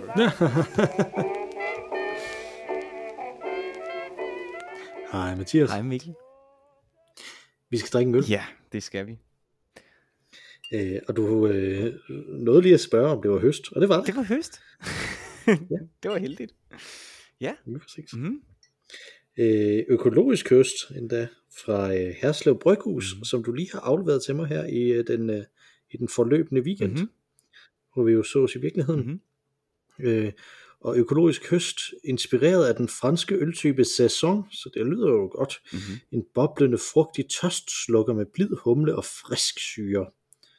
Hej Mathias. Hej Mikkel. Vi skal drikke en øl. Ja, det skal vi. Og du nåede lige at spørge, om det var høst, og det var det. Det var høst. Ja. Det var heldigt. Ja. Mm-hmm. Økologisk høst endda fra Herslev Bryghus, som du lige har afleveret til mig her i den forløbende weekend, hvor vi jo sås i virkeligheden. Og økologisk høst inspireret af den franske øltype Saison, så det lyder jo godt. En boblende frugtig tørstslukker med blid humle og frisk syre.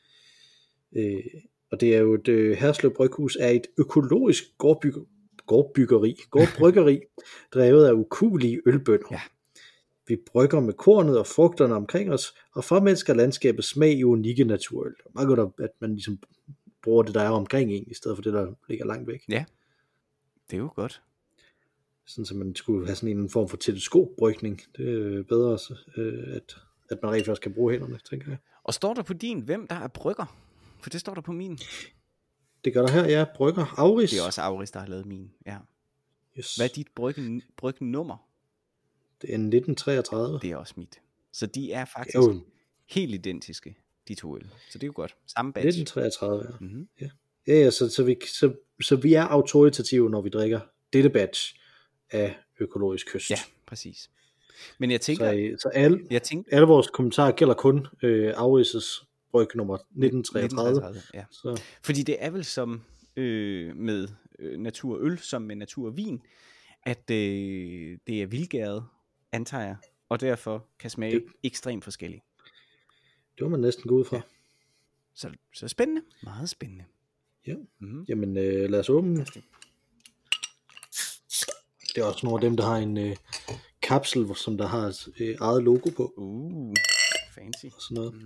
Og det er jo Herslev Bryghus er et økologisk gårdbryggeri, drevet af ukuelige ølbønder. Ja. Vi brygger med kornet og frugterne omkring os, og formindsker landskabets smag i unikke naturøl. Det er meget godt, at man ligesom bruger det, der er omkring en, i stedet for det, der ligger langt væk. Ja, det er jo godt. Sådan, så man skulle have sådan en form for teleskopbrygning. Det er bedre, at man rent faktisk kan bruge hænderne, tænker jeg. Og står der på din, hvem der er brygger? For det står der på min. Det gør der her, ja. Brygger Auris. Det er også Auris, der har lavet min, ja. Yes. Hvad er dit bryggenummer? Det er 1933. Det er også mit. Så de er faktisk helt identiske, de to øl. Så det er jo godt. Samme batch. 1933, ja. Mm-hmm. Ja, så vi er autoritative, når vi drikker dette batch af økologisk høst. Ja, præcis. Men jeg tænker... Så alle vores kommentarer gælder kun Auris' bryg nummer 1933. Ja. Så. Fordi det er vel som med naturøl, som med naturvin, at det er vildgæret, antager jeg, og derfor kan smage ekstremt forskelligt. Det var man næsten gå ud fra. Ja. Så spændende. Meget spændende. Ja. Jamen lad os åbne. Det er også nogle af dem, der har en kapsel, som der har et eget logo på. Fancy. Og sådan noget.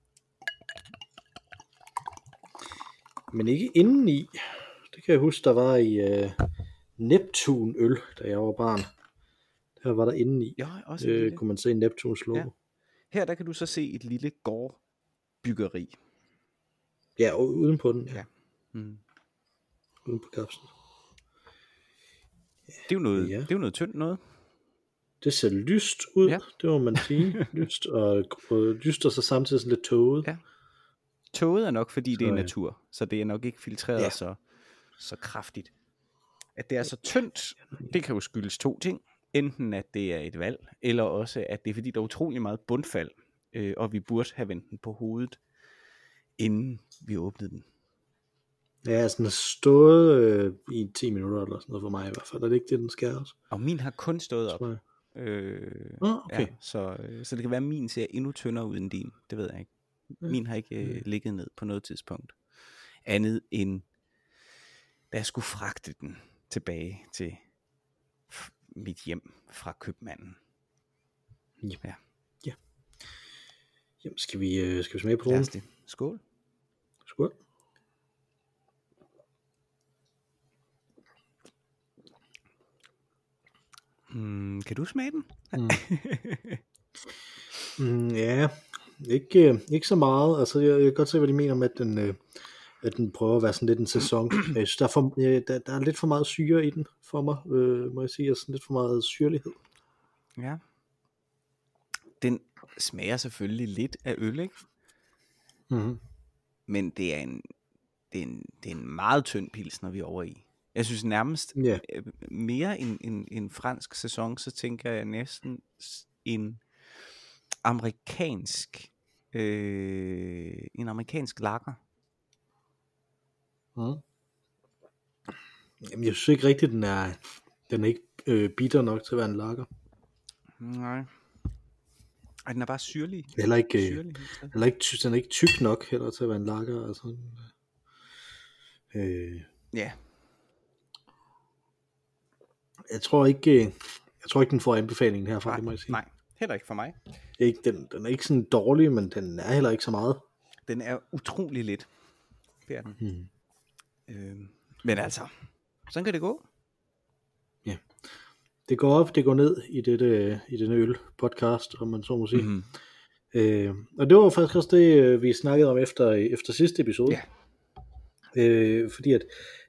Men ikke indeni. Det kan jeg huske, der var i Neptun øl, da jeg var barn. Der var der indeni. Ja, også kunne man se Neptuns logo. Ja. Her der kan du så se et lille gårdbyggeri. Ja, uden på den. Ja. Uden på kapslen. Ja. Det er jo noget, det er jo noget tyndt noget. Det ser lyst ud, det må man sige. Lyst og så samtidig sådan lidt tåget. Ja. Tåget er nok, fordi det er natur, så det er nok ikke filtreret så kraftigt. At det er så tyndt, det kan jo skyldes to ting. Enten at det er et valg, eller også at det er fordi, der er utrolig meget bundfald, og vi burde have vendt den på hovedet, inden vi åbnede den. Ja, sådan har stået i 10 minutter eller sådan noget for mig i hvert fald. Er det ikke det, den skærer os? Og min har kun stået op. Okay. Ja, så det kan være, at min ser endnu tyndere ud end din. Det ved jeg ikke. Min har ikke ligget ned på noget tidspunkt. Andet end, da jeg skulle fragte den tilbage til mit hjem fra købmanden. Ja. Jamen, skal vi smage på den? Skål. Skål. Kan du smage den? Ja, ikke så meget. Altså, jeg kan godt se, hvad de mener med, at den prøver at være sådan lidt en sæson. Jeg synes, der er lidt for meget syre i den for mig, må jeg sige. Sådan lidt for meget syrlighed. Ja. Den smager selvfølgelig lidt af øl, ikke? Men det er en meget tynd pilsner, vi er over i. Jeg synes nærmest mere en fransk sæson, så tænker jeg næsten en amerikansk lager. Jamen, jeg synes ikke rigtigt, den er ikke bitter nok til at være en lager. Nej. Ej, den er bare syrlig. Heller ikke, den er ikke tyk nok heller til at være en lager. Altså, ja. Jeg tror ikke, den får anbefalingen herfra, nej, det må jeg sige. Nej, heller ikke for mig. Den er ikke sådan dårlig, men den er heller ikke så meget. Den er utrolig lidt. Det er den. Men altså, sådan kan det gå. Ja. Det går op, det går ned i denne øl-podcast, om man så må sige. Og det var faktisk også det, vi snakkede om efter sidste episode. Ja. Fordi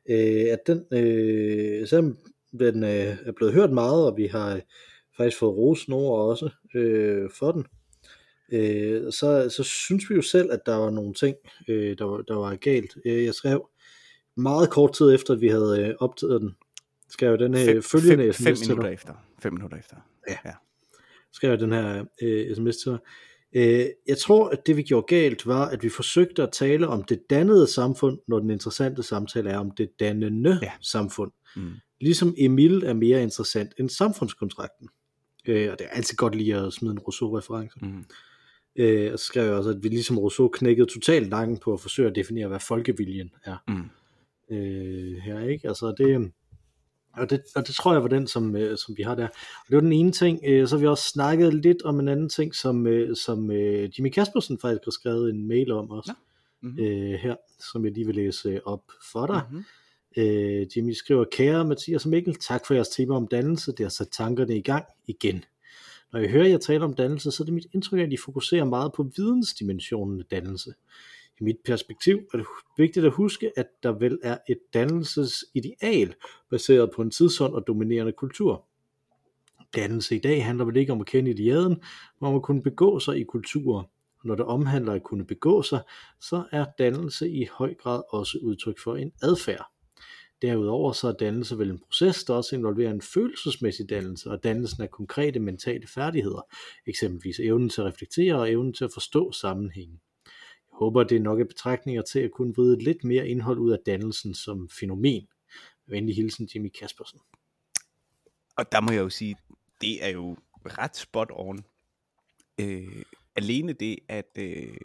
at den, selvom den er blevet hørt meget, og vi har faktisk fået rosende ord også for den, så synes vi jo selv, at der var nogle ting, der var galt. Jeg skrev meget kort tid efter, at vi havde optaget den, skrev jeg den her følgende sms til dig. 5 minutter efter. Ja. Skrev jeg den her sms til dig. Jeg tror, at det vi gjorde galt var, at vi forsøgte at tale om det dannede samfund, når den interessante samtale er om det dannende samfund. Ligesom Emil er mere interessant end samfundskontrakten. Og det er altid godt lige at smide en Rousseau-reference. Og så skrev jeg også, at vi ligesom Rousseau knækkede totalt nakken på at forsøge at definere, hvad folkeviljen er. Her, ikke? Altså det tror jeg var den, som vi har der. Og det var den ene ting. Så har vi også snakket lidt om en anden ting, som Jimmy Kaspersen faktisk har skrevet en mail om også. Her, som jeg lige vil læse op for dig. Jimmy skriver: Kære Mathias og Mikkel, tak for jeres tema om dannelse. Det har sat tankerne i gang igen. Når jeg hører jer tale om dannelse, så er det mit indtryk, at I fokuserer meget på vidensdimensionen af dannelse. I mit perspektiv er det vigtigt at huske, at der vel er et dannelsesideal, baseret på en tidsånd og dominerende kultur. Dannelse i dag handler vel ikke om at kende Iliaden, men om at kunne begå sig i kulturer. Når det omhandler at kunne begå sig, så er dannelse i høj grad også udtryk for en adfærd. Derudover så er dannelse vel en proces, der også involverer en følelsesmæssig dannelse, og dannelsen af konkrete mentale færdigheder, eksempelvis evnen til at reflektere og evnen til at forstå sammenhængen. Jeg håber, det er nok af betragtninger til at kunne vride lidt mere indhold ud af dannelsen som fænomen. Venlig hilsen, Jimmy Kaspersen. Og der må jeg jo sige, det er jo ret spot on. Alene det, at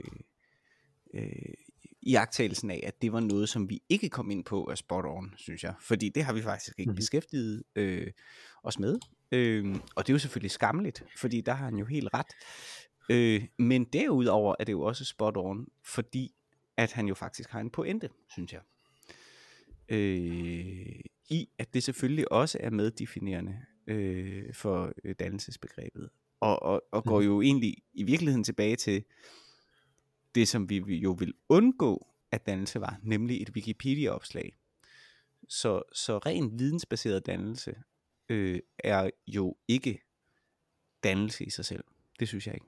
iagttagelsen af, at det var noget, som vi ikke kom ind på, er spot on, synes jeg. Fordi det har vi faktisk ikke beskæftiget os med. Og det er jo selvfølgelig skammeligt, fordi der har han jo helt ret. Men derudover er det jo også spot on, fordi at han jo faktisk har en pointe, synes jeg. I at det selvfølgelig også er meddefinerende for dannelsesbegrebet. Og går jo egentlig i virkeligheden tilbage til det, som vi jo vil undgå, at dannelse var, nemlig et Wikipedia-opslag. Så ren vidensbaseret dannelse er jo ikke dannelse i sig selv. Det synes jeg ikke.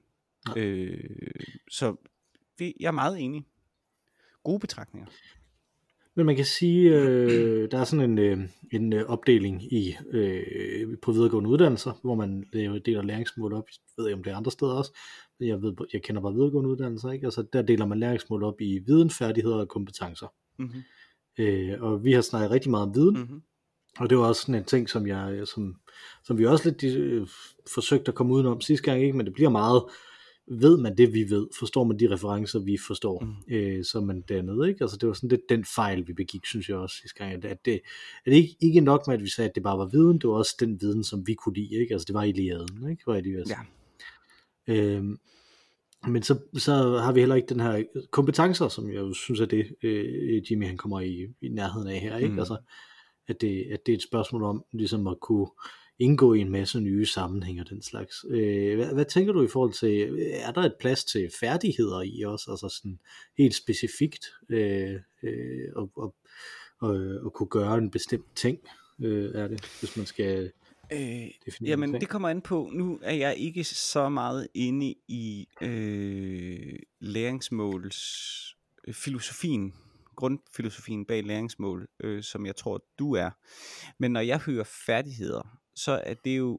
Så jeg er meget enig. Gode betragtninger. Men man kan sige, der er sådan en opdeling på videregående uddannelser, hvor man deler læringsmål op. Jeg ved ikke, om det er andre steder også, men jeg kender bare videregående uddannelser, ikke? Altså, der deler man læringsmål op i viden, færdigheder og kompetencer. Og vi har snakket rigtig meget om viden, og det var også sådan en ting, som vi også lidt forsøgte at komme udenom sidste gang, ikke? Men det bliver meget, ved man det vi ved, forstår man de referencer vi forstår, som man dannede, ikke? Altså det var sådan lidt den fejl vi begik, synes jeg også sidste gang, at det ikke nok med at vi sagde at det bare var viden, det var også den viden som vi kunne lide, ikke? Altså det var Iliaden, ikke? Var det men så har vi heller ikke den her kompetencer, som jeg jo synes er det Jimmy han kommer i nærheden af her, ikke? Altså at det er et spørgsmål om ligesom at kunne indgå i en masse nye sammenhænge og den slags. Hvad tænker du i forhold til, er der et plads til færdigheder i os, altså sådan helt specifikt, og kunne gøre en bestemt ting, er det, hvis man skal definere jamen det kommer an på, nu er jeg ikke så meget inde i læringsmåls filosofien, grundfilosofien bag læringsmål, som jeg tror du er, men når jeg hører færdigheder, så er det jo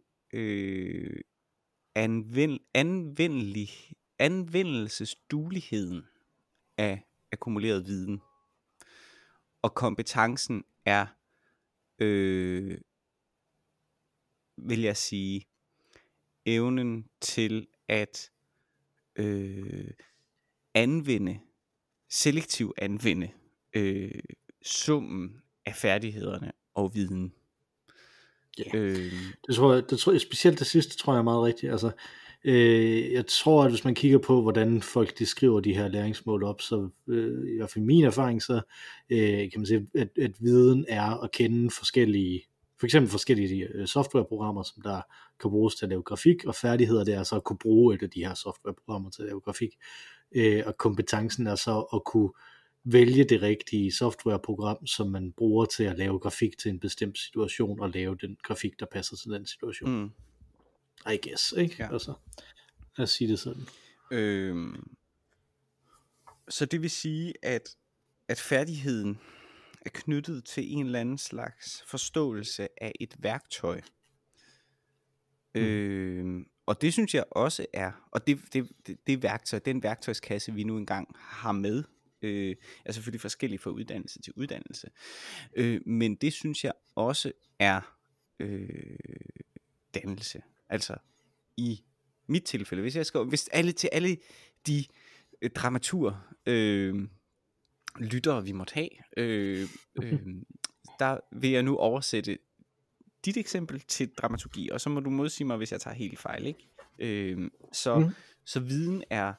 anvendelsesdueligheden af akkumuleret viden. Og kompetencen er, vil jeg sige, evnen til at selektivt anvende summen af færdighederne og viden. Det tror jeg specielt det sidste tror jeg er meget rigtigt. Altså, jeg tror at hvis man kigger på hvordan folk de skriver de her læringsmål op, så i hvert fald min erfaring, så kan man sige at viden er at kende for eksempel forskellige softwareprogrammer, som der kan bruges til at lave grafik, og færdigheder det er så at kunne bruge et af de her softwareprogrammer til at lave grafik, og kompetencen er så at kunne vælge det rigtige softwareprogram, som man bruger til at lave grafik til en bestemt situation, og lave den grafik, der passer til den situation. I guess, ikke? Ja. Altså, lad os sige det sådan. Så det vil sige, at færdigheden er knyttet til en eller anden slags forståelse af et værktøj. Og det synes jeg også er, og det værktøj, den værktøjskasse, vi nu engang har med, er selvfølgelig forskelligt fra uddannelse til uddannelse. Men det synes jeg også er dannelse. Altså i mit tilfælde, hvis alle de dramatur lyttere vi måtte have, der vil jeg nu oversætte dit eksempel til dramaturgi, og så må du modsige mig, hvis jeg tager helt fejl, ikke? Så viden er,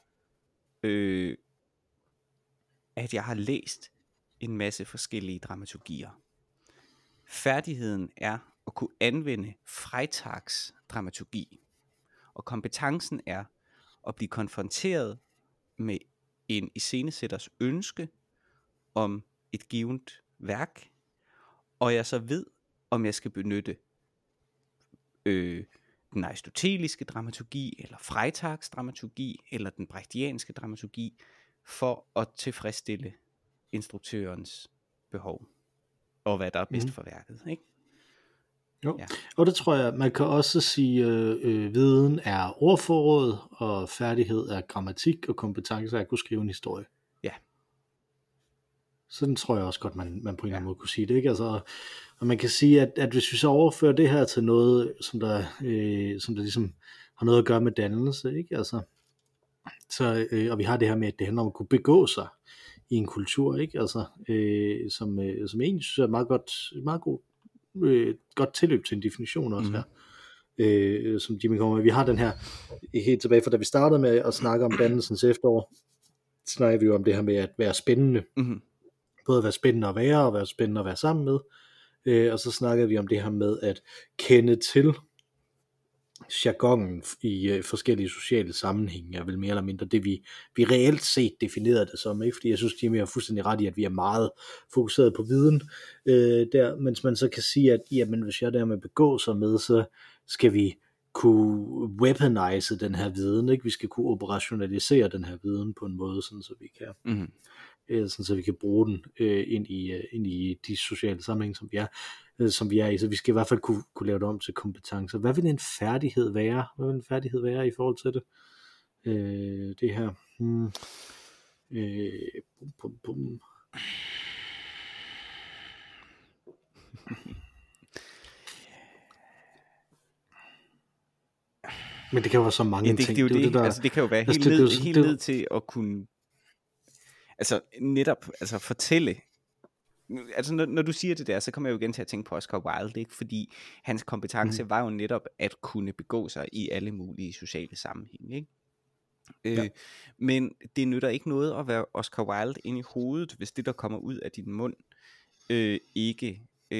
at jeg har læst en masse forskellige dramaturgier. Færdigheden er at kunne anvende Freytags dramaturgi, og kompetencen er at blive konfronteret med en iscenesætters ønske om et givet værk, og jeg så ved, om jeg skal benytte den aristoteliske dramaturgi, eller Freytags dramaturgi, eller den brechtianske dramaturgi, for at tilfredsstille instruktørens behov, og hvad der er bedst for værket, ikke? Jo, ja. Og det tror jeg, man kan også sige, viden er ordforråd, og færdighed er grammatik, og kompetence er at kunne skrive en historie. Ja. Sådan tror jeg også godt, man på en eller anden måde kunne sige det, ikke? Altså, og man kan sige, at hvis vi så overfører det her til noget, som der ligesom har noget at gøre med dannelse, ikke? Altså, så, og vi har det her med, at det handler om at kunne begå sig i en kultur, ikke? Altså, som jeg egentlig synes er meget godt tilløb til en definition også her, som Jimmy kommer med. Vi har den her, helt tilbage fra da vi startede med at snakke om dannelsens efterår, snakker vi jo om det her med at være spændende, både at være spændende at være, og være spændende at være sammen med, og så snakkede vi om det her med at kende til jargonen i forskellige sociale sammenhænge, er vel mere eller mindre det, vi reelt set definerede det som, ikke? Fordi jeg synes, Jimmy har fuldstændig ret i, at vi er meget fokuseret på viden der, mens man så kan sige, at jamen, hvis jeg der med begå sig med, så skal vi kunne weaponize den her viden, ikke? Vi skal kunne operationalisere den her viden på en måde, sådan så vi kan sådan så vi kan bruge den ind i de sociale sammenhænge, som vi er i, så vi skal i hvert fald kunne lave det om til kompetencer. Hvad vil en færdighed være? Hvad vil en færdighed være i forhold til det? Det her. Men det kan jo være så mange ting. Det kan jo være helt ned til at kunne, altså netop, altså fortælle. Altså når du siger det der, så kommer jeg jo igen til at tænke på Oscar Wilde, ikke? Fordi hans kompetence var jo netop at kunne begå sig i alle mulige sociale sammenhænge, ikke? Men det nytter ikke noget at være Oscar Wilde inde i hovedet, hvis det der kommer ud af din mund ikke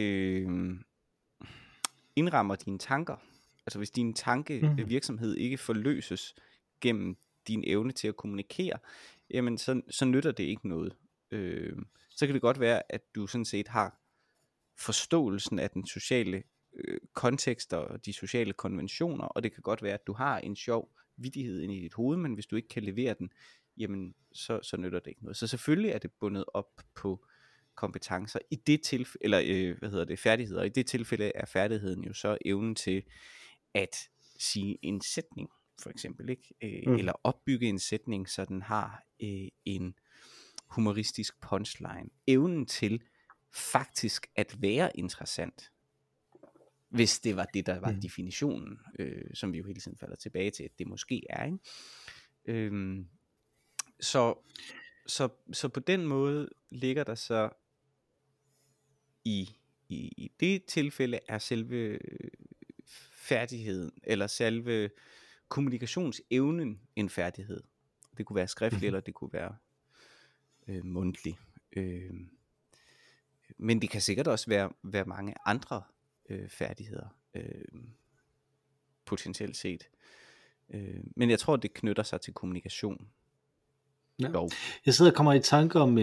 indrammer dine tanker. Altså hvis din tankevirksomhed ikke forløses gennem din evne til at kommunikere, jamen så nytter det ikke noget. Så kan det godt være, at du sådan set har forståelsen af den sociale kontekst og de sociale konventioner, og det kan godt være, at du har en sjov vittighed inde i dit hoved, men hvis du ikke kan levere den, jamen så nytter det ikke noget. Så selvfølgelig er det bundet op på kompetencer. I det tilfælde, eller færdigheder. I det tilfælde er færdigheden jo så evnen til at sige en sætning, for eksempel, ikke? Eller opbygge en sætning, så den har en humoristisk punchline. Evnen til faktisk at være interessant, hvis det var det, der var definitionen, som vi jo hele tiden falder tilbage til, at det måske er, ikke? Så på den måde ligger der så i det tilfælde er selve færdigheden, eller selve kommunikationsevnen en færdighed. Det kunne være skriftlig, eller det kunne være mundtlig. Men det kan sikkert også være mange andre færdigheder, potentielt set. Men jeg tror, det knytter sig til kommunikation. Ja. Jeg sidder og kommer i tanke om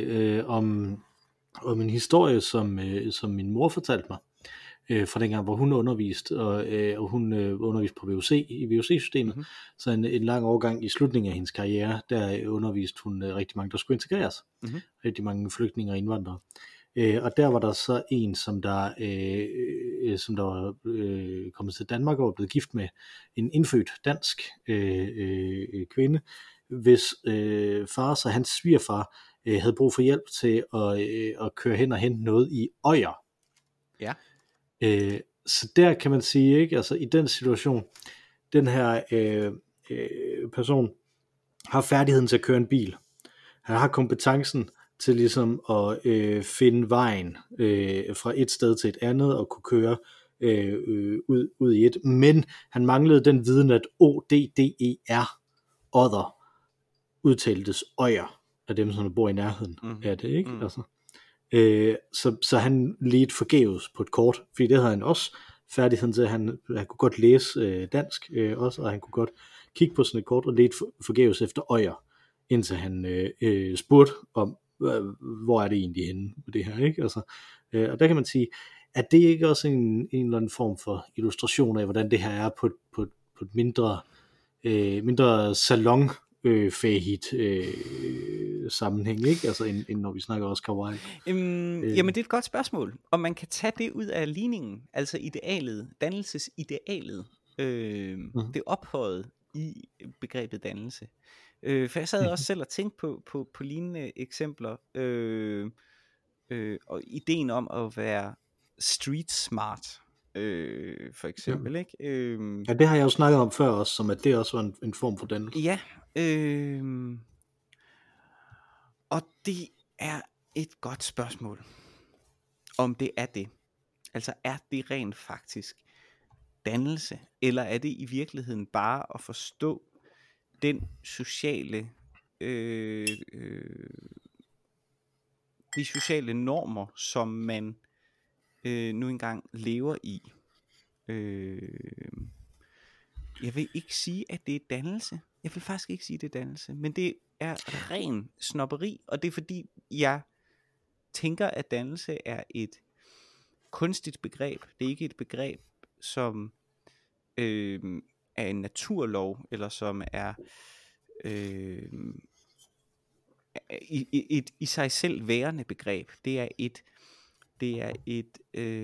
en historie, som min mor fortalte mig, fra dengang, hvor hun underviste, og hun underviste på VUC, i VUC-systemet, så en lang overgang i slutningen af hendes karriere, der underviste hun rigtig mange, der skulle integreres, rigtig mange flygtninge og indvandrere. Og der var der så en, som der var kommet til Danmark og blevet gift med en indfødt dansk kvinde, hvis far, så hans svigerfar, havde brug for hjælp til at køre hen og hente noget i Odder. Ja. Så der kan man sige, ikke, altså i den situation, den her person har færdigheden til at køre en bil. Han har kompetencen til ligesom at finde vejen fra et sted til et andet og kunne køre ud i et, men han manglede den viden, at ODDER, Odder, udtaltes Odder af dem, som bor i nærheden af det, ikke? Altså, så han ledte forgæves på et kort, fordi det havde han også færdigheden til, han kunne godt læse dansk også, og han kunne godt kigge på sådan et kort og ledte forgæves efter Odder, indtil han spurgte om, hvor er det egentlig henne med det her, ikke? Altså, og der kan man sige, at det ikke også en eller anden form for illustration af, hvordan det her er på et mindre salon fæhigt sammenhæng, ikke? Altså end når vi snakker Oscar Wilde. Jamen det er et godt spørgsmål, og man kan tage det ud af ligningen, altså idealet, dannelsesidealet, det ophøjet i begrebet dannelse. For jeg sad også selv og tænkte på lignende eksempler, og ideen om at være street smart, for eksempel, ikke? Ja, det har jeg jo snakket om før også, som at det også var en form for dannelse. Ja, og det er et godt spørgsmål, om det er det. Altså er det rent faktisk dannelse, eller er det i virkeligheden bare at forstå den sociale, de sociale normer, som man nu engang lever i. Jeg vil ikke sige, at det er dannelse. Jeg vil faktisk ikke sige, at det er dannelse. Men det er ren snobberi, og det er fordi, jeg tænker, at dannelse er et kunstigt begreb. Det er ikke et begreb, som er en naturlov, eller som er i sig selv værende begreb. Det er et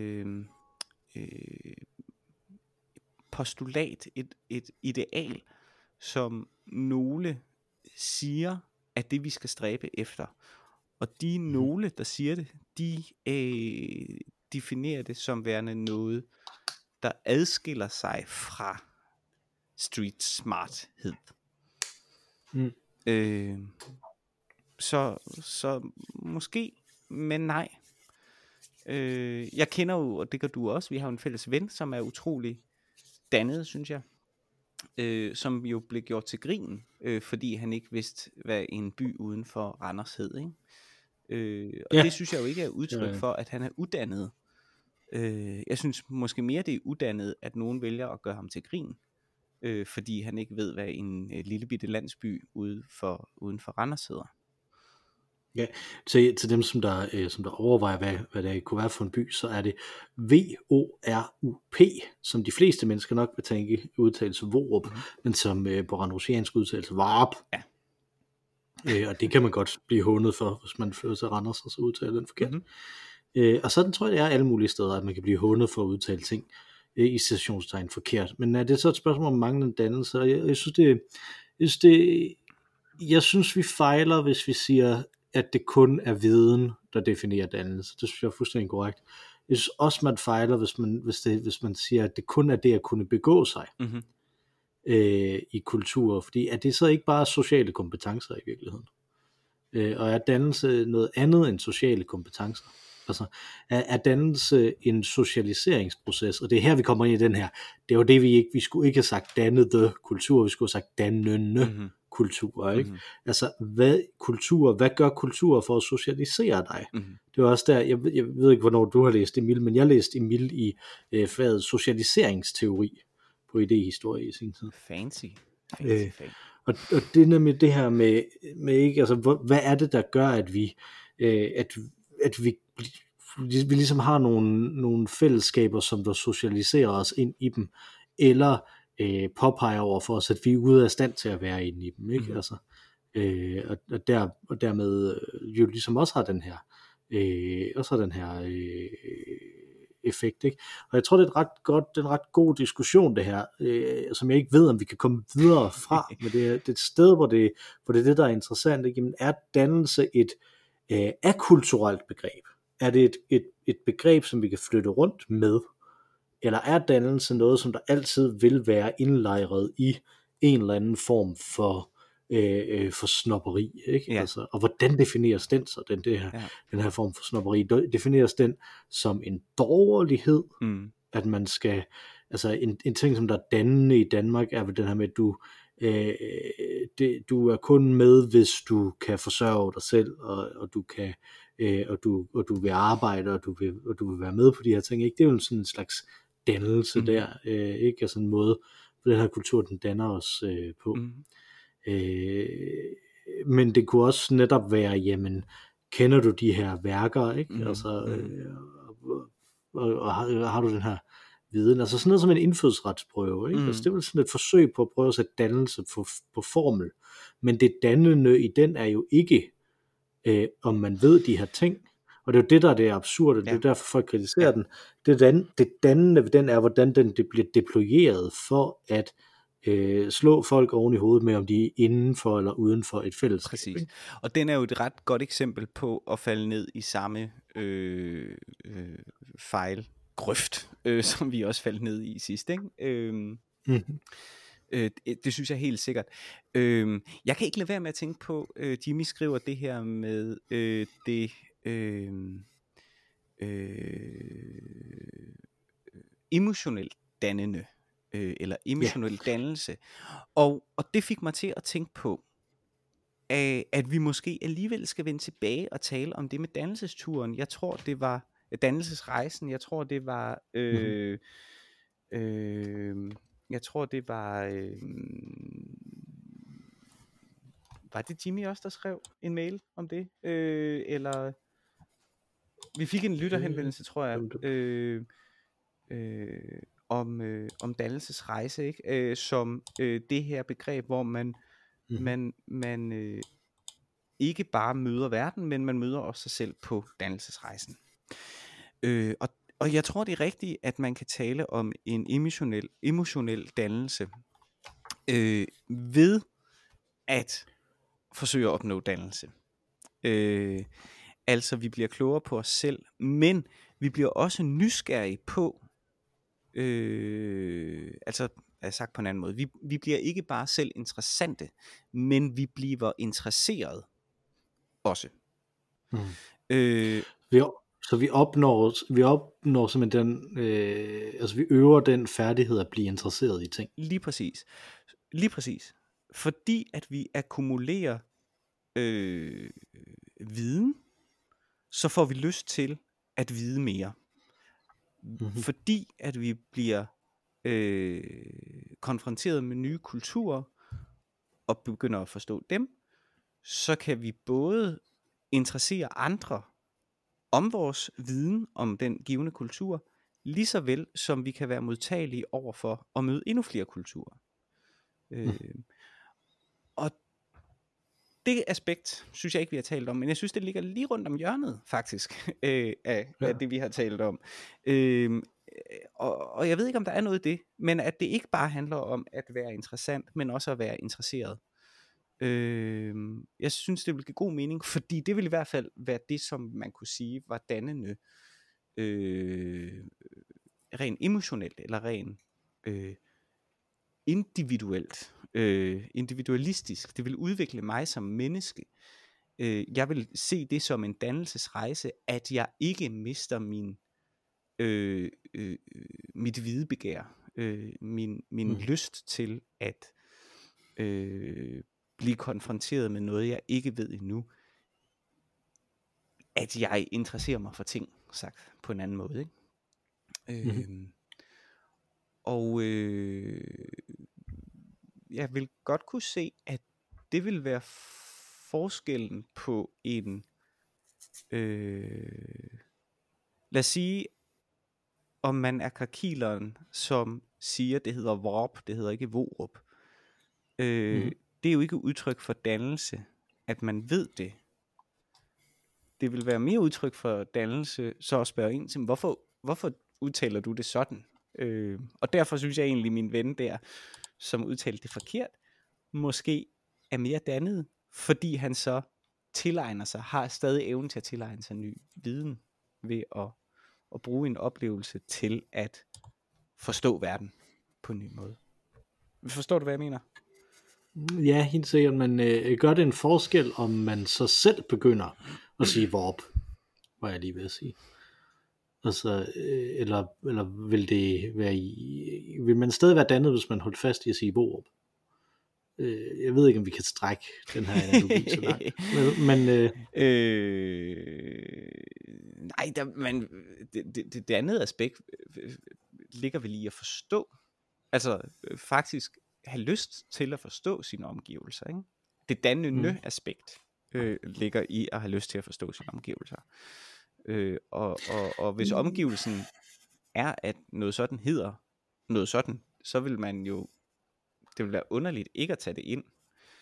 postulat, et ideal, som nogle siger, at det vi skal stræbe efter. Og de nogle, der siger det, de definerer det som værende noget, der adskiller sig fra street smarthed. Så måske, men nej. Jeg kender jo, og det gør du også, vi har jo en fælles ven, som er utrolig dannet, synes jeg, som jo blev gjort til grin, fordi han ikke vidste, hvad en by uden for Randers hed, ikke? Og det synes jeg jo ikke er udtryk for, at han er uddannet. Jeg synes måske mere, det er uddannet, at nogen vælger at gøre ham til grin, fordi han ikke ved, hvad en lille bitte landsby uden for Randers hedder. Ja, til dem, som der overvejer, hvad det kunne være for en by, så er det VORUP, som de fleste mennesker nok vil tænke udtales Vorup, men som på randrusiansk udtales Varup. Ja. Og det kan man godt blive hånet for, hvis man føler sig Randers, og så udtaler den forkert. Og sådan tror jeg, det er alle mulige steder, at man kan blive hånet for at udtale ting i citationstegn forkert. Men er det så et spørgsmål om manglende dannelse? Jeg synes, vi fejler, hvis vi siger, at det kun er viden, der definerer dannelse. Det synes jeg er fuldstændig korrekt. Jeg synes også, man fejler, hvis man siger, at det kun er det at kunne begå sig i kultur. Fordi er det så ikke bare sociale kompetencer i virkeligheden? Og er dannelse noget andet end sociale kompetencer? Altså, er dannelse en socialiseringsproces? Og det er her, vi kommer ind i den her. Det er jo det, vi skulle ikke have sagt dannede kultur, vi skulle have sagt dannende kultur, ikke? Altså, hvad gør kultur for at socialisere dig? Det var også der, jeg ved ikke, hvornår du har læst Emil, men jeg læste Emil i faget socialiseringsteori på idéhistorie i sin tid. Fancy. og det er nemlig det her med ikke, altså, hvad er det, der gør, at vi, vi ligesom har nogle fællesskaber, som der socialiserer os ind i dem, eller påpeger over for os, at vi er ude af stand til at være inde i dem, ikke? Altså, og dermed jo ligesom også har den her effekt, ikke? Og jeg tror, det er en ret god diskussion, det her, som jeg ikke ved, om vi kan komme videre fra, men det er et sted, hvor det er det, der er interessant, ikke? Jamen, er dannelse et akulturelt begreb? Er det et begreb, som vi kan flytte rundt med? Eller er dannelse noget, som der altid vil være indlejret i en eller anden form for snobberi, ikke? Ja. Altså, og hvordan defineres den så, den her form for snobberi? Defineres den som en dårlighed, at man skal, altså en ting, som der er dannende i Danmark, er vel den her med, at du er kun med, hvis du kan forsørge dig selv, og du kan og du vil arbejde, og du vil være med på de her ting, ikke? Det er jo sådan en slags dannelse der, ikke? Altså en måde, på den her kultur, den danner os på. Men det kunne også netop være, jamen, kender du de her værker, ikke? Altså, og har du den her viden, altså sådan noget som en indfødsretsprøve, ikke? Altså det er vel sådan et forsøg på at prøve at sætte dannelse på formel, men det dannende i den er jo ikke, om man ved de her ting, og det er jo det, der er det absurde, det er derfor folk kritiserer den. Det dannende ved den er, hvordan den bliver deployeret for at slå folk oven i hovedet med, om de er inden for eller uden for et fællesskab. Præcis. Og den er jo et ret godt eksempel på at falde ned i samme fejlgrøft, som vi også faldt ned i sidst, ikke? Det synes jeg helt sikkert. Jeg kan ikke lade være med at tænke på, Jimmy skriver det her med det emotionelt dannende, eller emotionel dannelse. Og det fik mig til at tænke på, at vi måske alligevel skal vende tilbage og tale om det med dannelsesturen. Jeg tror, det var dannelsesrejsen. Jeg tror, det var var det Jimmy også, der skrev en mail om det? Eller vi fik en lytterhenvendelse, tror jeg, om dannelsesrejse, ikke? Som det her begreb, hvor man ikke bare møder verden, men man møder også sig selv på dannelsesrejsen. Og jeg tror, det er rigtigt, at man kan tale om en emotionel dannelse ved at forsøge at opnå dannelse. Altså, vi bliver klogere på os selv, men vi bliver også nysgerrige på, altså sagt på en anden måde, vi bliver ikke bare selv interessante, men vi bliver interesseret også. Så vi opnår simpelthen den, altså vi øver den færdighed at blive interesseret i ting. Lige præcis. Fordi at vi akkumulerer viden, så får vi lyst til at vide mere. Fordi at vi bliver konfronteret med nye kulturer og begynder at forstå dem, så kan vi både interessere andre om vores viden om den givne kultur, lige så vel som vi kan være modtagelige overfor at møde endnu flere kulturer. Og det aspekt synes jeg ikke vi har talt om, men jeg synes det ligger lige rundt om hjørnet faktisk af det vi har talt om. Og jeg ved ikke om der er noget i det, men at det ikke bare handler om at være interessant, men også at være interesseret. Jeg synes det vil give god mening, fordi det vil i hvert fald være det, som man kunne sige var dannende, rent emotionelt eller rent individualistisk. Det vil udvikle mig som menneske. Jeg vil se det som en dannelsesrejse, at jeg ikke mister mit videbegær, min lyst til at blive konfronteret med noget, jeg ikke ved endnu. At jeg interesserer mig for ting, sagt på en anden måde, ikke? jeg vil godt kunne se, at det vil være forskellen på en, lad os sige, om man er krakileren, som siger, det hedder vorp, det hedder ikke vorup. Det er jo ikke udtryk for dannelse, at man ved det. Det vil være mere udtryk for dannelse, så at spørge ind til, hvorfor udtaler du det sådan? Og derfor synes jeg egentlig, min ven der, som udtalte det forkert, måske er mere dannet, fordi han så tilegner sig, har stadig evnen til at tilegne sig ny viden, ved at bruge en oplevelse til at forstå verden på en ny måde. Forstår du, hvad jeg mener? Ja, helt sikkert, men gør det en forskel, om man så selv begynder at sige vorp, var jeg lige ved at sige. Altså, eller vil det være vil man stadig være dannet, hvis man holdt fast i at sige vorup? Jeg ved ikke, om vi kan strække den her analogi så langt. Men nej, men det andet aspekt ligger vel i at forstå. Altså faktisk have lyst til at forstå sine omgivelser. Ikke? Det dannende aspekt ligger i at have lyst til at forstå sine omgivelser. Og hvis omgivelsen er, at noget sådan hedder noget sådan, så vil man jo, det vil være underligt ikke at tage det ind.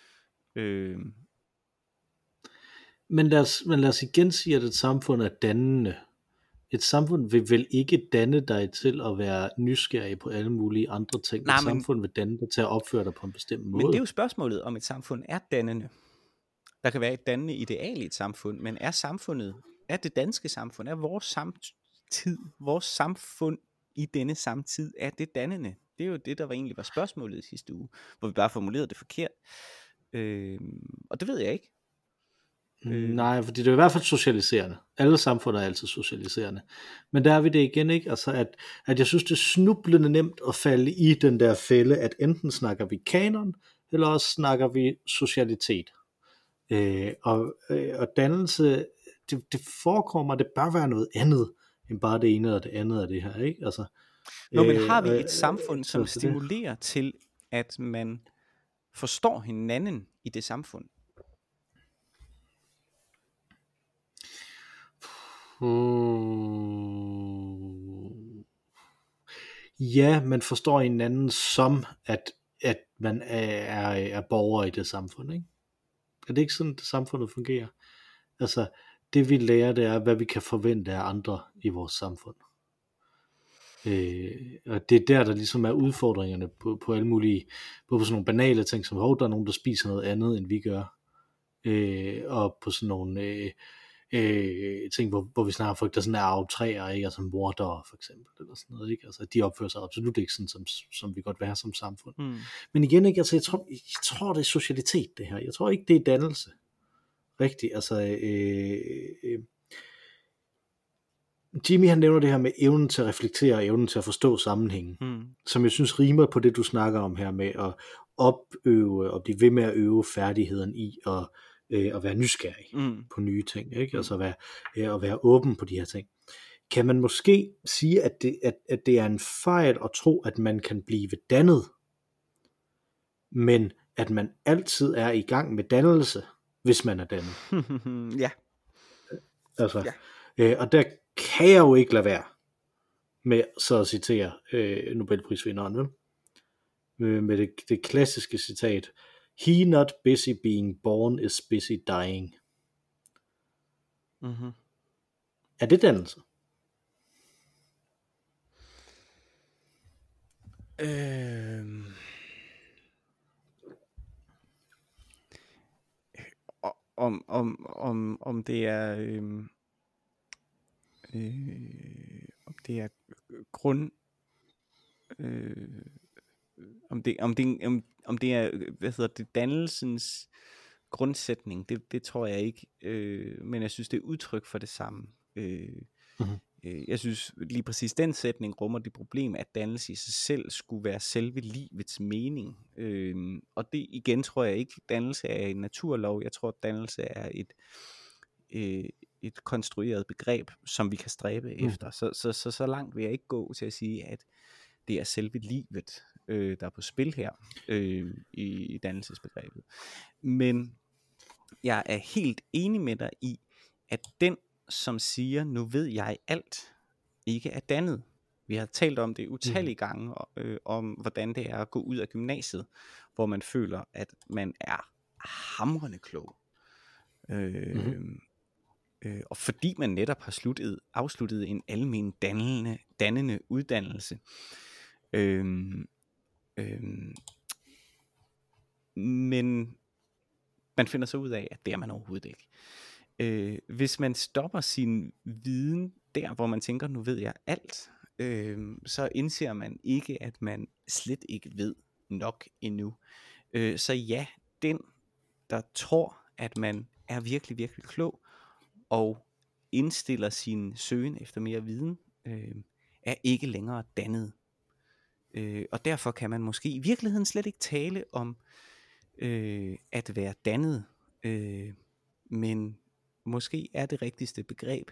Men lad os igen sige, at et samfund er dannende. Et samfund vil vel ikke danne dig til at være nysgerrig på alle mulige andre ting. Et samfund vil danne dig til at opføre dig på en bestemt måde. Men det er jo spørgsmålet, om et samfund er dannende. Der kan være et dannende ideal i et samfund, men er samfundet, er det danske samfund, er vores samfund i denne samtid, er det dannende? Det er jo det, der egentlig var spørgsmålet i sidste uge, hvor vi bare formulerede det forkert. Og det ved jeg ikke. Nej, fordi det er i hvert fald socialiserende. Alle samfund er altid socialiserende. Men der er vi det igen, ikke? Altså at jeg synes, det er snublende nemt at falde i den der fælde, at enten snakker vi kanon, eller også snakker vi socialitet. Og dannelse, det forekommer, det bør være noget andet, end bare det ene og det andet af det her, ikke? Altså, men har vi et samfund, som stimulerer til, at man forstår hinanden i det samfund? Ja, man forstår hinanden som, at man er borger i det samfund, ikke? Er det ikke sådan, at samfundet fungerer? Altså, det vi lærer, det er, hvad vi kan forvente af andre i vores samfund. Og det er der ligesom er udfordringerne på alle mulige, både på sådan nogle banale ting, som der er nogen, der spiser noget andet, end vi gør. Og på sådan nogle ting, hvor vi snakker folk, der sådan er aftræer, ikke? Altså mordere for eksempel, eller sådan noget, ikke? Altså de opfører sig absolut ikke sådan, som vi godt vil have som samfund. Men igen, ikke? Altså, jeg tror det er socialitet, det her. Jeg tror ikke, det er dannelse. Rigtigt, altså Jimmy han nævner det her med evnen til at reflektere og evnen til at forstå sammenhængen, som jeg synes rimer på det, du snakker om her med at opøve og blive ved med at øve færdigheden i at være nysgerrig på nye ting, ikke? Altså at være åben på de her ting. Kan man måske sige, at det er en fejl at tro, at man kan blive dannet, men at man altid er i gang med dannelse, hvis man er dannet? Ja. Altså, og der kan jeg jo ikke lade være med så at citere Nobelprisvinderen, vel? Med det klassiske citat: "He not busy being born is busy dying." Er det dannelse? Om det er om det er grund om det er, hvad hedder det, dannelsens grundsætning, det tror jeg ikke, men jeg synes det er udtryk for det samme. Jeg synes lige præcis den sætning rummer det problem, at dannelse i sig selv skulle være selve livets mening, og det igen tror jeg ikke, dannelse er en naturlov. Jeg tror, at dannelse er et konstrueret begreb, som vi kan stræbe efter. Så langt vil jeg ikke gå til at sige, at det er selve livet, der er på spil her i dannelsesbegrebet. Men jeg er helt enig med dig i, at den, som siger, nu ved jeg alt, ikke er dannet. Vi har talt om det utallige gange, om hvordan det er at gå ud af gymnasiet, hvor man føler, at man er hamrende klog. Og fordi man netop har afsluttet en almen dannende uddannelse. Men man finder så ud af, at det er man overhovedet ikke. Hvis man stopper sin viden der, hvor man tænker, nu ved jeg alt, så indser man ikke, at man slet ikke ved nok endnu. Så ja, den, der tror, at man er virkelig, virkelig klog, og indstiller sin søgen efter mere viden, er ikke længere dannet. Og derfor kan man måske i virkeligheden slet ikke tale om at være dannet, men måske er det rigtigste begreb,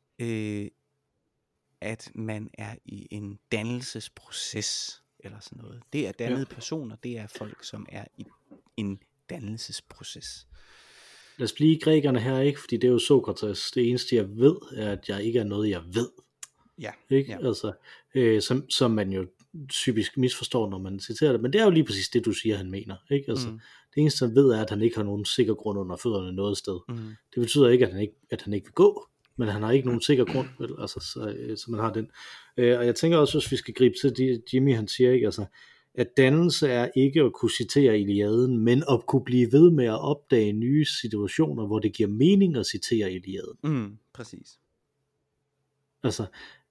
at man er i en dannelsesproces, eller sådan noget. Det er dannede personer, det er folk, som er i en dannelsesproces. Lad os blive grækerne her, ikke? Fordi det er jo Sokrates. Det eneste jeg ved, er at jeg ikke er noget jeg ved. Ja. Ikke? Ja. Altså, som man jo typisk misforstår, når man citerer det. Men det er jo lige præcis det, du siger, han mener. Ikke? Altså, det eneste han ved, er at han ikke har nogen sikker grund under fødderne noget sted. Det betyder ikke, at han ikke vil gå, men han har ikke nogen sikker grund, vel? Altså, så man har den. Og jeg tænker også, hvis vi skal gribe til det, Jimmy han siger, ikke? Altså, at dannelse er ikke at kunne citere Iliaden, men at kunne blive ved med at opdage nye situationer, hvor det giver mening at citere Iliaden. Præcis. Altså,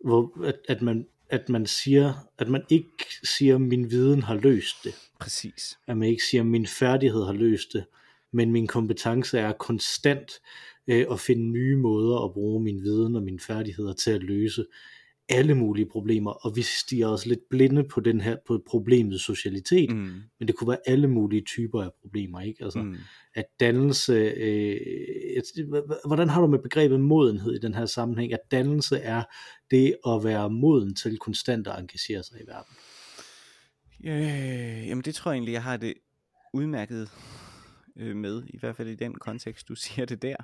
at man siger, at man ikke siger, min viden har løst det. Præcis. At man ikke siger, min færdighed har løst det, men min kompetence er konstant at finde nye måder at bruge min viden og mine færdigheder til at løse alle mulige problemer, og vi stiger også lidt blinde på på problemet socialitet, men det kunne være alle mulige typer af problemer, ikke? Altså, at dannelse, hvordan har du med begrebet modenhed i den her sammenhæng, at dannelse er det at være moden til konstant at engagere sig i verden? Jamen det tror jeg egentlig, jeg har det udmærket med, i hvert fald i den kontekst, du siger det der.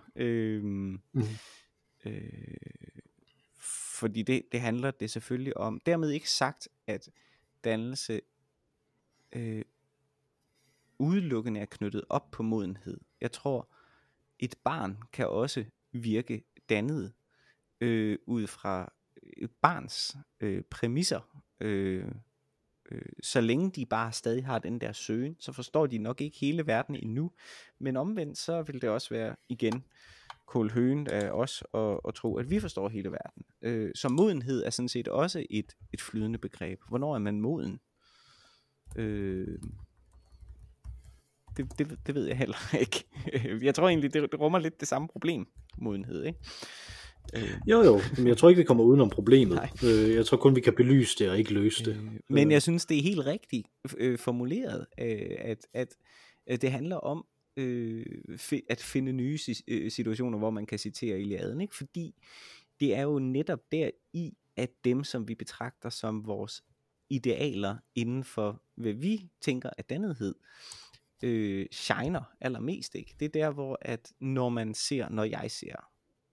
Fordi det handler det selvfølgelig om. Dermed ikke sagt, at dannelse udelukkende er knyttet op på modenhed. Jeg tror, et barn kan også virke dannet ud fra et barns præmisser. Så længe de bare stadig har den der søgen, så forstår de nok ikke hele verden endnu. Men omvendt, så vil det også være igen kål høgen af os og tro, at vi forstår hele verden. Så modenhed er sådan set også et flydende begreb. Hvornår er man moden? Det ved jeg heller ikke. Jeg tror egentlig, det rummer lidt det samme problem, modenhed, ikke? Jo, men jeg tror ikke, vi kommer udenom problemet. Jeg tror kun, vi kan belyse det og ikke løse det. Men jeg synes, det er helt rigtigt formuleret, at det handler om at finde nye situationer, hvor man kan citere Iliaden, ikke? Fordi det er jo netop der i, at dem, som vi betragter som vores idealer inden for, hvad vi tænker er dannethed, shiner allermest, ikke? Det er der, hvor at når jeg ser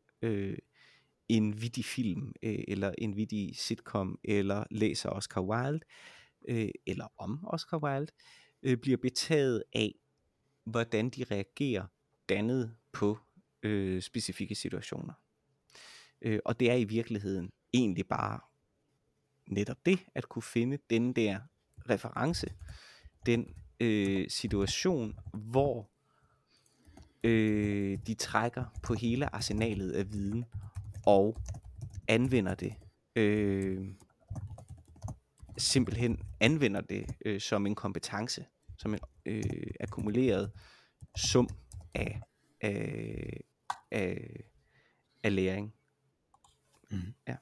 en vittig film, eller en vittig sitcom, eller læser Oscar Wilde, eller om Oscar Wilde, bliver betaget af, hvordan de reagerer dannet på specifikke situationer. Og det er i virkeligheden egentlig bare netop det, at kunne finde den der reference, den situation, hvor de trækker på hele arsenalet af viden, og anvender det, simpelthen anvender det som en kompetence, som en akkumuleret sum af læring. Ja.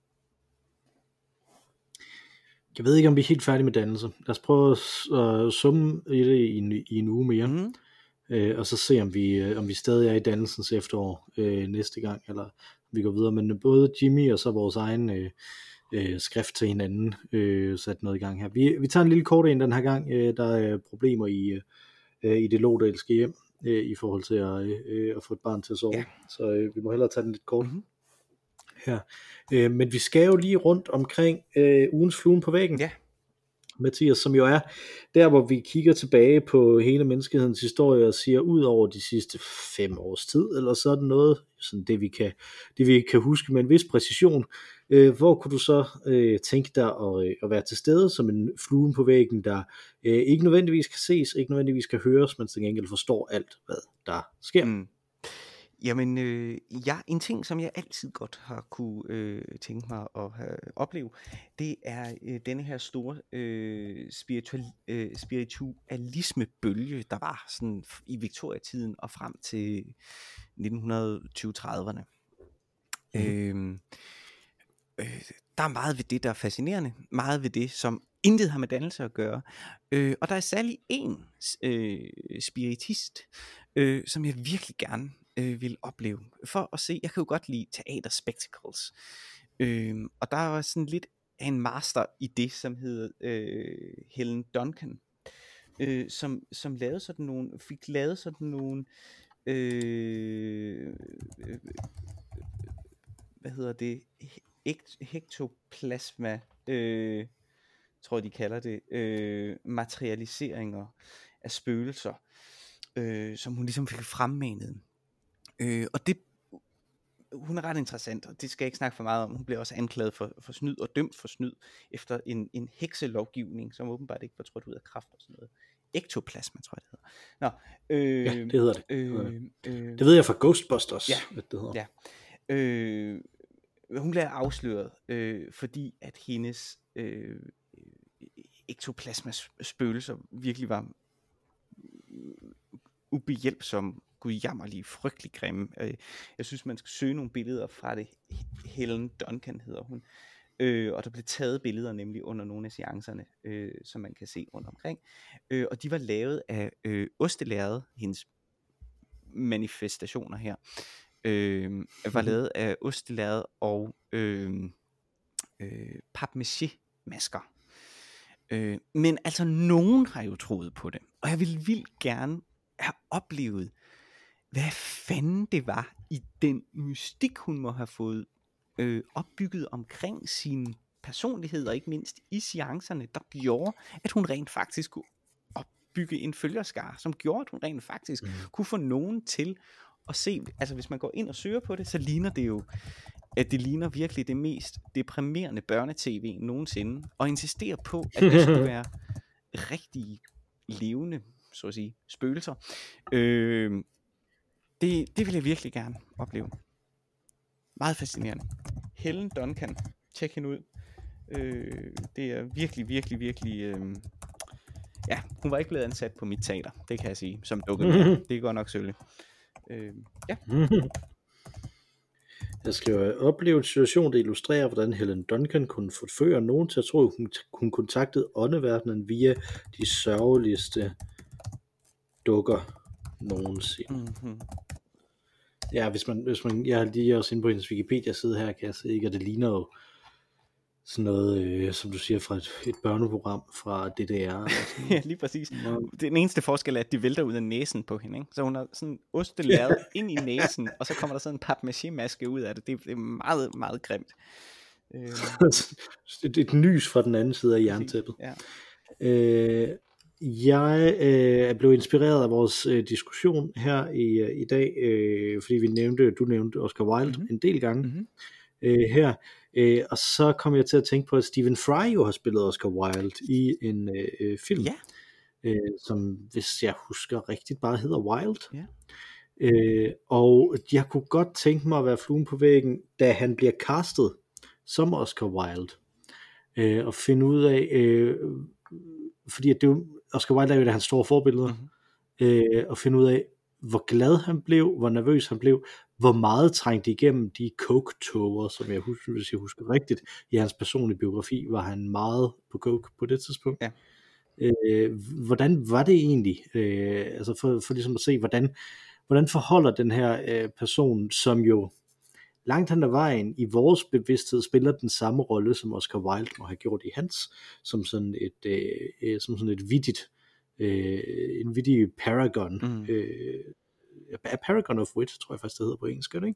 Jeg ved ikke, om vi er helt færdige med dannelse. Lad os prøve at summe i det i en uge mere, og så se, om vi stadig er i dannelsens efterår næste gang, eller vi går videre. Men både Jimmy og så vores egen skrift til hinanden, sat noget i gang her. Vi tager en lille kort en den her gang. Der er problemer i det lodalske hjem, i forhold til at få et barn til at sove. Så vi må hellere tage den lidt kort her. Men vi skal jo lige rundt omkring ugens fluen på væggen. Mathias, som jo er der, hvor vi kigger tilbage på hele menneskehedens historie og siger, ud over de sidste 5 års tid, eller sådan noget, sådan det vi kan huske med en vis præcision, hvor kunne du så tænke dig at være til stede som en fluen på væggen, der ikke nødvendigvis kan ses, ikke nødvendigvis kan høres, men til gengæld forstår alt, hvad der sker. Jamen, en ting, som jeg altid godt har kunne tænke mig at opleve, det er denne her store spiritualismebølge, der var sådan i Victoria-tiden og frem til 1920-30'erne. Der er meget ved det, der er fascinerende, meget ved det, som intet har med dannelse at gøre. Og der er særlig en spiritist, som jeg virkelig gerne vil opleve, for at se. Jeg kan jo godt lide teater spectacles, og der var sådan lidt af en master i det, som hedder Helen Duncan, som lavede sådan nogle, fik lavet sådan nogle hvad hedder det, hektoplasma, tror jeg de kalder det, materialiseringer af spøgelser, som hun ligesom fik fremmanet. Og det, hun er ret interessant, og det skal jeg ikke snakke for meget om. Hun blev også anklaget for snyd og dømt for snyd efter en hekselovgivning, som åbenbart ikke var trådt ud af kraft og sådan noget. Ektoplasma, tror jeg det hedder. Ja, det hedder det. Det ved jeg fra Ghostbusters, hvad det hedder. Ja. Hun blev afsløret, fordi at hendes ektoplasma-spøgelser virkelig var ubehjælpsomme, gudjammerlige, frygtelig grimme. Jeg synes, man skal søge nogle billeder fra det. Helen Duncan hedder hun. Og der blev taget billeder nemlig under nogle af seancerne, som man kan se rundt omkring. Og de var lavet af ostelærred, hendes manifestationer her, var lavet af ostelærred og papmaché-masker. Men altså, nogen har jo troet på det, og jeg vil vildt gerne have oplevet, hvad fanden det var i den mystik, hun må have fået opbygget omkring sin personlighed, og ikke mindst i seancerne, der gjorde, at hun rent faktisk kunne opbygge en følgerskare, som gjorde, at hun rent faktisk kunne få nogen til at se, altså hvis man går ind og søger på det, så ligner det jo, at det ligner virkelig det mest deprimerende børnetv nogensinde, og insisterer på, at det skulle være rigtig levende, så at sige, spøgelser. Det vil jeg virkelig gerne opleve. Meget fascinerende. Helen Duncan, tjek hende ud. Det er virkelig ja, hun var ikke blevet ansat på mit teater, det kan jeg sige, som dukkemor. Det går nok selvfølgelig. Ja. Jeg skal opleve en situation, der illustrerer, hvordan Helen Duncan kunne forføre nogen til at tro, at hun kontaktede åndeverdenen via de sørgeligste dukker nogensinde. Ja, hvis man, jeg har lige også inde på hendes Wikipedia-side her, kan jeg se, ikke, og det ligner jo sådan noget, som du siger, fra et børneprogram fra DDR. Ja, lige præcis. Den eneste forskel er, at de vælter ud af næsen på hende, ikke? Så hun har sådan ostelæret ind i næsen, og så kommer der sådan en papmaché-maske ud af det. Det er meget, meget grimt. Et nys fra den anden side af jerntæppet. Ja. Jeg er blevet inspireret af vores diskussion her i dag, fordi du nævnte Oscar Wilde en del gange her, og så kom jeg til at tænke på, at Stephen Fry jo har spillet Oscar Wilde i en film, som, hvis jeg husker rigtigt, bare hedder Wild. Og jeg kunne godt tænke mig at være fluen på væggen, da han bliver castet som Oscar Wilde, og finde ud af, fordi at det jo, Oscar Wilde er jo et af hans store forbilleder, og finde ud af, hvor glad han blev, hvor nervøs han blev, hvor meget trængte igennem de coke-tåger, som jeg husker, hvis jeg husker rigtigt, i hans personlige biografi, var han meget på coke på det tidspunkt. Ja. Hvordan var det egentlig? Altså for ligesom at se, hvordan forholder den her person, som jo langt hen ad vejen i vores bevidsthed spiller den samme rolle, som Oscar Wilde må have gjort i hans, som sådan et vittigt, en vittig paragon, Paragon of Wit, tror jeg faktisk det hedder på engelsk, ikke?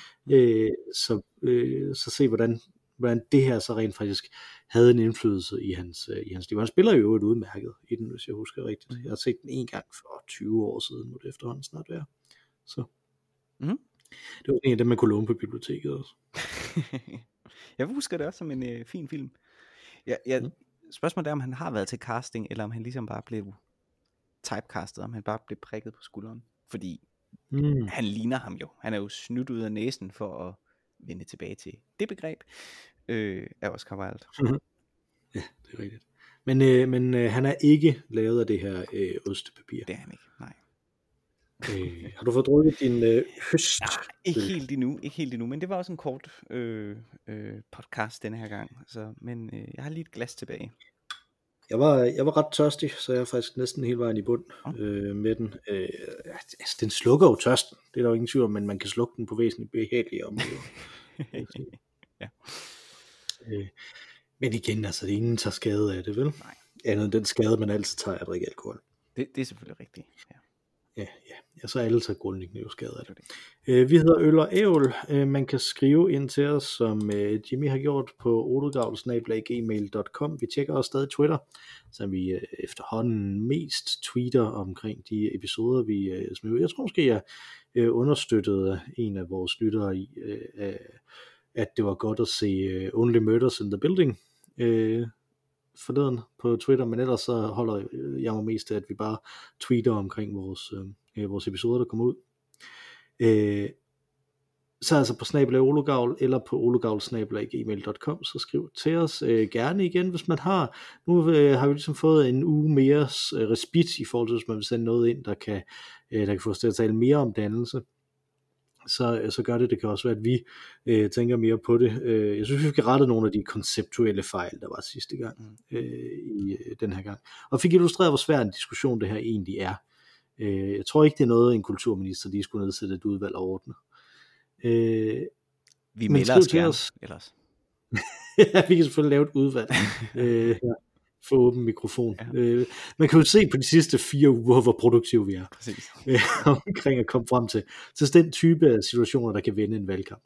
Så se hvordan det her så rent faktisk havde en indflydelse i hans liv. Han spiller jo et udmærket i den, hvis jeg husker rigtigt. Jeg har set den en gang for 20 år siden, må det efterhånden snart være. Så det var en af dem, man kunne låne på biblioteket også. Jeg husker det også som en fin film. Spørgsmålet er, om han har været til casting, eller om han ligesom bare blev typecastet, om han bare blev prikket på skulderen. Fordi han ligner ham jo. Han er jo snydt ud af næsen for at vende tilbage til det begreb af Oscar Wilde. Ja, det er rigtigt. Men han er ikke lavet af det her ostepapir. Det er han ikke, nej. Har du fået drukket din høst? Nej, ikke helt endnu, men det var også en kort podcast denne her gang. Men jeg har lige et glas tilbage. Jeg var ret tørstig, så jeg er faktisk næsten hele vejen i bund med den. Den slukker jo tørsten, det er der jo ingen tvivl om, men man kan slukke den på væsentligt behagelige områder. Ja. Men igen, altså, det ingen tager skade af det, vel? Nej. Andet end den skade, man altid tager af at drikke alkohol. Det er selvfølgelig rigtigt, ja. Ja, så alle tager grundlæggende jo skade af det. Vi hedder Øl og Ævl. Man kan skrive ind til os, som Jimmy har gjort, på odegavl@gmail.com. Vi tjekker også stadig Twitter, så vi efterhånden mest tweeter omkring de episoder, vi smider. Jeg tror måske, jeg understøttede en af vores lyttere i, at det var godt at se Only Murders in the Building forleden på Twitter, men ellers så holder jeg mig mest af, at vi bare tweeter omkring vores episoder, der kommer ud. Så altså på @ologavl eller på ologavl@gmail.com, så skriv til os gerne igen, hvis man har. Nu har vi ligesom fået en uge mere respit i forhold til, hvis man vil sende noget ind, der kan få os til at tale mere om dannelse. Så gør det. Det kan også være, at vi tænker mere på det. Jeg synes, vi fik rettet nogle af de konceptuelle fejl, der var sidste gang i den her gang. Og fik illustreret, hvor svær en diskussion det her egentlig er. Jeg tror ikke, det er noget, en kulturminister lige skulle nedsætte et udvalg og ordne. Vi melder os gerne ellers. Ja, vi kan selvfølgelig lave et udvalg. For åben mikrofon. Ja. Man kan jo se på de sidste 4 uger, hvor produktive vi er. Præcis. Omkring at komme frem til den type af situationer, der kan vende en valgkamp.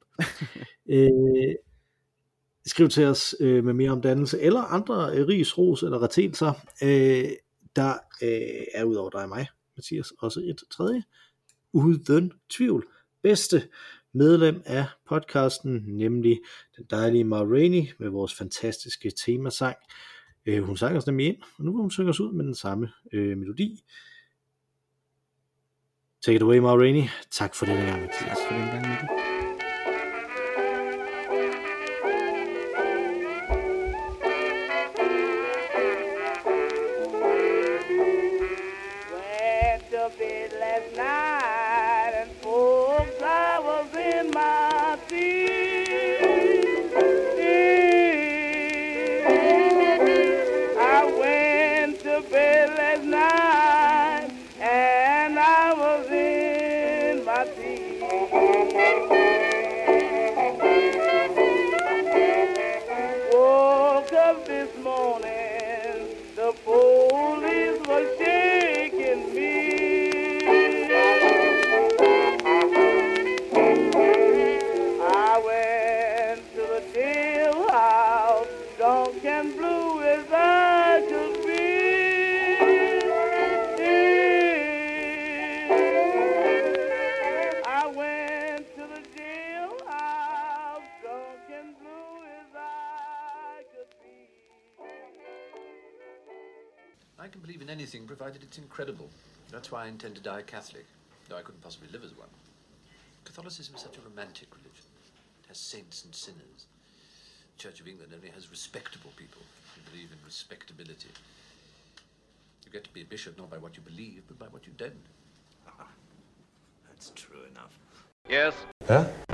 Skriv til os med mere om dannelse, eller andre ris, ros eller retelser. Der er udover dig og mig, Mathias, også et tredje, uden tvivl, bedste medlem af podcasten, nemlig den dejlige Ma Rainey med vores fantastiske temasang. Hun sang os nemlig ind, og nu vil hun synge os ud med den samme melodi. Take it away, Ma Rainey. Tak for denne gang, Mathias. Tak for denne gang, Mikkel. I can believe in anything provided it's incredible. That's why I intend to die a Catholic, though I couldn't possibly live as one. Catholicism is such a romantic religion. It has saints and sinners. The Church of England only has respectable people who believe in respectability. You get to be a bishop not by what you believe, but by what you don't. That's true enough. Yes? Huh?